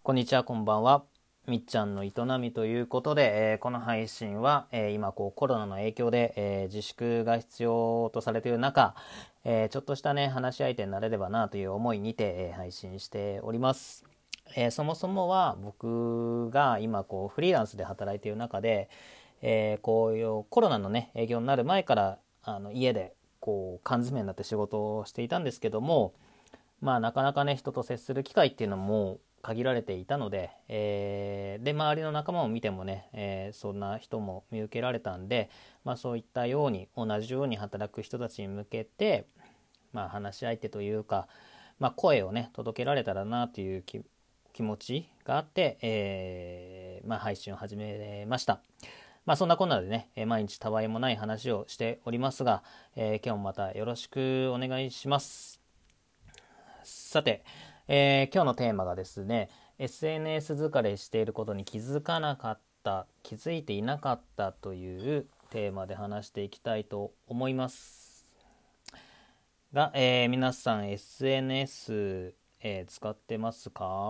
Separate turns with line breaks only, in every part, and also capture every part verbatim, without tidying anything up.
こんにちは、こんばんは。みっちゃんの営みということで、えーこの配信は、えー今こうコロナの影響で、えー自粛が必要とされている中、えーちょっとしたね話し相手になれればなという思いにて、えー配信しております。えーそもそもは僕が今こうフリーランスで働いている中で、えーこういうコロナのね営業になる前からあの家でこう缶詰になって仕事をしていたんですけども、まあなかなかね人と接する機会っていうのも限られていたので、えーで周りの仲間を見てもね、えーそんな人も見受けられたんで、まあ、そういったように同じように働く人たちに向けて、まあ、話し相手というか、まあ、声をね届けられたらなという気気持ちがあって、えーまあ、配信を始めました。まあそんなこんなでね、毎日たわいもない話をしておりますが、えー今日もまたよろしくお願いします。さて、えー今日のテーマがですね、エスエヌエス 疲れしていることに気づかなかった、気づいていなかったというテーマで話していきたいと思いますが、えー皆さん エスエヌエス、えー使ってますか？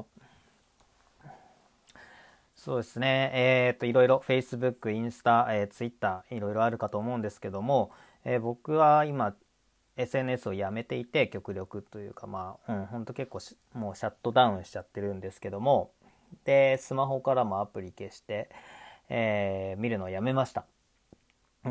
そうですね、えーっといろいろ Facebook、インスタ、えー、Twitter いろいろあるかと思うんですけども、えー僕は今 エスエヌエス をやめていて、極力というか、まあ、うん、ほんと結構もうシャットダウンしちゃってるんですけども、でスマホからもアプリ消して、えー見るのをやめました。うん。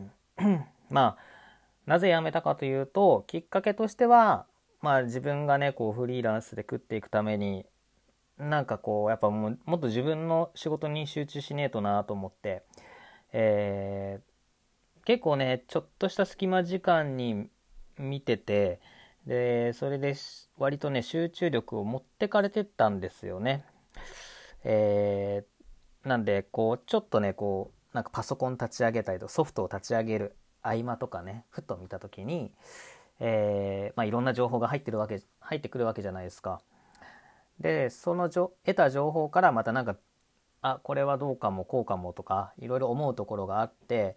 まあなぜやめたかというと、きっかけとしては、まあ自分がねこうフリーランスで食っていくために、なんかこうやっぱもうもっと自分の仕事に集中しねえとなと思って、えー結構ねちょっとした隙間時間に見てて、でそれで割とね集中力を持ってかれてったんですよね。えーなんでこうちょっとねこうなんかパソコン立ち上げたりとソフトを立ち上げる合間とかねふと見た時に、えーまあ、いろんな情報が入ってるわけ入ってくるわけじゃないですか。でそのじょ得た情報からまたなんか、あこれはどうかもこうかもとかいろいろ思うところがあって、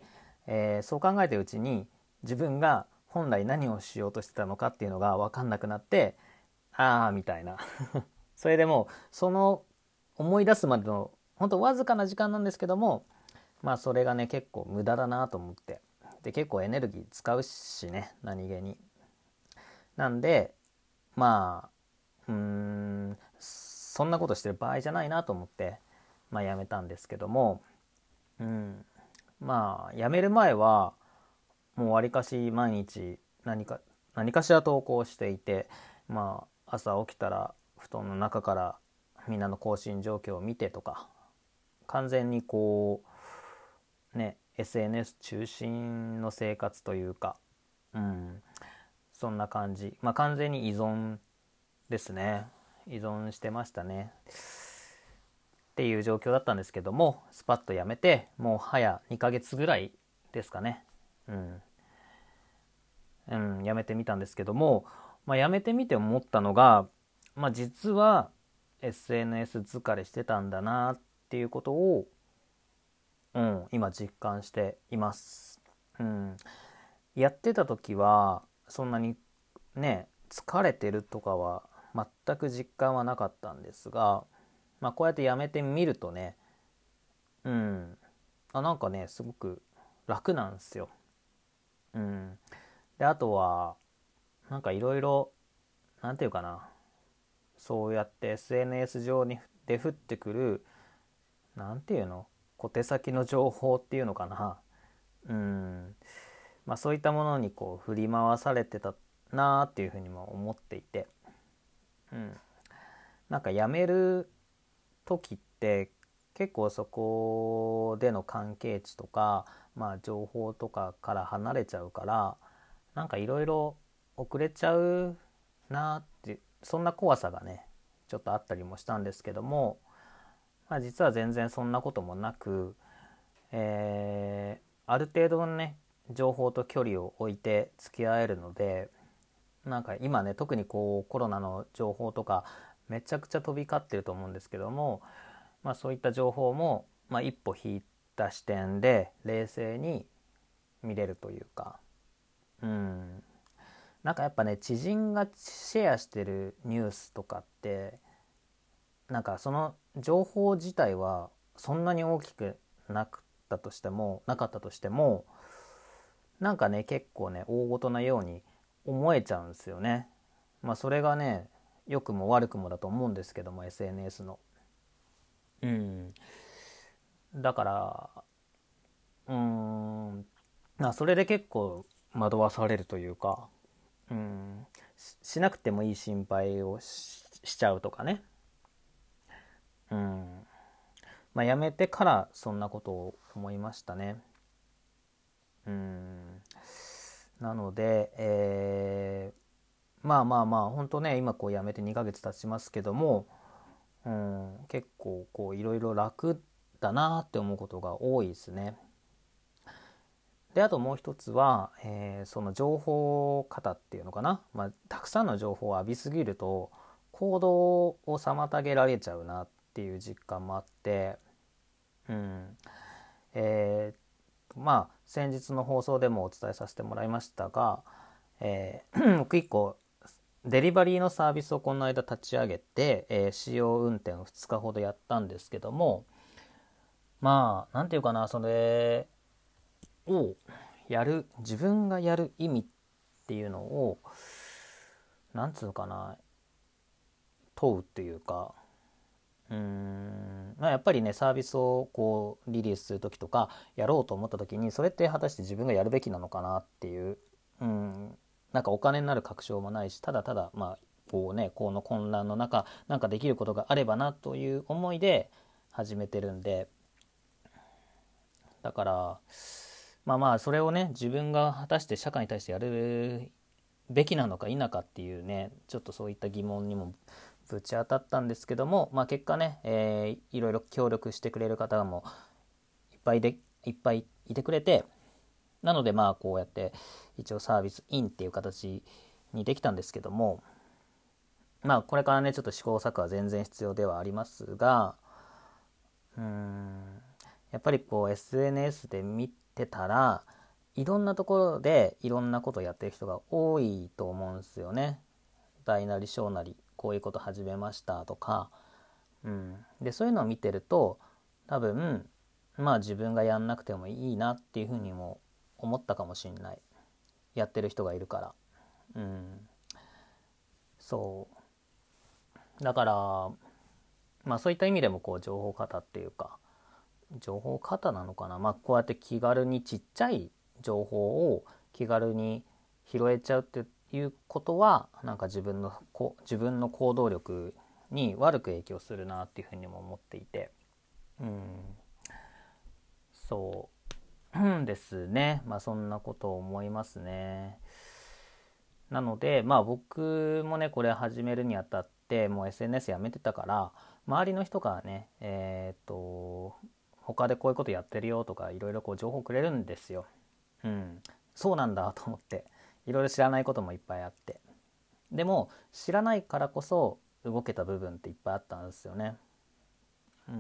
えーそう考えてるうちに自分が本来何をしようとしてたのかっていうのが分かんなくなって、ああみたいなそれでもうその思い出すまでの本当わずかな時間なんですけども、まあそれがね結構無駄だなと思って、で結構エネルギー使うしね何気に、なんでまあうーんそんなことしてる場合じゃないなと思って、まあ、やめたんですけども、うん、まあ辞める前はもうわりかし毎日何か何かしら投稿していて、まあ朝起きたら布団の中からみんなの更新状況を見てとか、完全にこうね エスエヌエス 中心の生活というか、うん、そんな感じ、まあ完全に依存ですね。依存してましたねっていう状況だったんですけども、スパッとやめてもう早にかげつぐらいですかね。うん、うん、やめてみたんですけども、まあ、やめてみて思ったのが、まあ、実は エスエヌエス 疲れしてたんだなっていうことを、うん、今実感しています。うん、やってた時はそんなにね疲れてるとかは全く実感はなかったんですが、まあ、こうやってやめてみるとね、うんあなんかねすごく楽なんですよ。うん、であとはなんかいろいろなんていうかな、そうやって エスエヌエス 上にで降ってくるなんていうの小手先の情報っていうのかな、うんまあそういったものにこう振り回されてたなーっていうふうにも思っていて、うんなんかやめる時って結構そこでの関係値とか、まあ、情報とかから離れちゃうから、なんかいろいろ遅れちゃうなってそんな怖さがねちょっとあったりもしたんですけども、まあ、実は全然そんなこともなく、えーある程度のね情報と距離を置いて付き合えるので、なんか今ね特にこうコロナの情報とかめちゃくちゃ飛び交ってると思うんですけども、まあ、そういった情報も、まあ、一歩引いた視点で冷静に見れるというか、うんなんかやっぱね知人がシェアしてるニュースとかってなんかその情報自体はそんなに大きくなかったとしてもなかったとしてもなんかね結構ね大事なように思えちゃうんですよね。まあそれがね良くも悪くもだと思うんですけども エスエヌエス の。うんだからうーんまあそれで結構惑わされるというか、うんし、しなくてもいい心配を し, しちゃうとかね。うんまあやめてからそんなことを思いましたね。うんなので、えーまあまあまあ本当ね今こうやめてにかげつ経ちますけども、うん、結構こういろいろ楽だなって思うことが多いですね。であともう一つは、えーその情報過多っていうのかな、まあ、たくさんの情報を浴びすぎると行動を妨げられちゃうなっていう実感もあって、うんえーまあ先日の放送でもお伝えさせてもらいましたが、えー僕一個デリバリーのサービスをこの間立ち上げて、えー試用運転をふつかほどやったんですけども、まあなんていうかな、それをやる自分がやる意味っていうのをなんつうかな問うっていうか、うーんまあ、やっぱりねサービスをこうリリースする時とかやろうと思った時にそれって果たして自分がやるべきなのかなっていう、うんなんかお金になる確証もないし、ただただまあこうねこの混乱の中なんかできることがあればなという思いで始めてるんで、だからまあまあそれをね自分が果たして社会に対してやるべきなのか否かっていうねちょっとそういった疑問にもぶち当たったんですけども、まあ、結果ね、えーいろいろ協力してくれる方もいっぱいでいっぱいいてくれて、なのでまあこうやって一応サービスインっていう形にできたんですけども、まあこれからねちょっと試行錯誤は全然必要ではありますが、うーんやっぱりこう エスエヌエス で見てたらいろんなところでいろんなことをやってる人が多いと思うんですよね。大なり小なりこういうこと始めましたとか、うん、でそういうのを見てると多分まあ自分がやんなくてもいいなっていうふうにも思ったかもしんない、やってる人がいるから、うん、そうだからまあそういった意味でもこう情報過多っていうか情報過多なのかな、まあこうやって気軽にちっちゃい情報を気軽に拾えちゃうっていうことはなんか自分のこ自分の行動力に悪く影響するなっていうふうにも思っていて、うんそうですね、まあそんなことを思いますね。なのでまあ僕もねこれ始めるにあたってもう エスエヌエス やめてたから周りの人がねえーっと他でこういうことやってるよとかいろいろこう情報くれるんですよ。うん、そうなんだと思っていろいろ知らないこともいっぱいあって、でも知らないからこそ動けた部分っていっぱいあったんですよね。うん、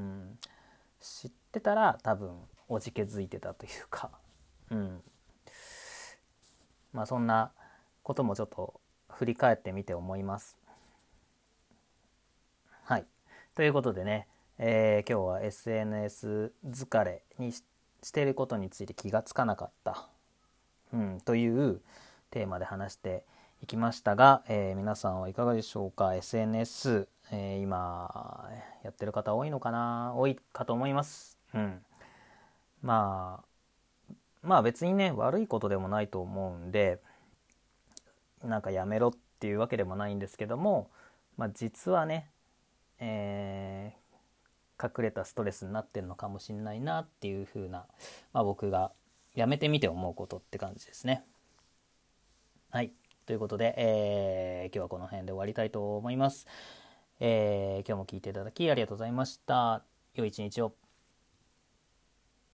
知ってたら多分おじけづいてたというか、うん、まあそんなこともちょっと振り返ってみて思います。はい。ということでね、えー今日は エスエヌエス 疲れにし、していることについて気がつかなかった、うん、というテーマで話していきましたが、えー皆さんはいかがでしょうか。 エスエヌエス、えー今やってる方多いのかな、多いかと思います。うん、まあまあ別にね悪いことでもないと思うんでなんかやめろっていうわけでもないんですけども、まあ、実はね、えー隠れたストレスになってるのかもしれないなっていう風な、まあ、僕がやめてみて思うことって感じですね。はい。ということで、えー今日はこの辺で終わりたいと思います。えー今日も聞いていただきありがとうございました。良い一日を。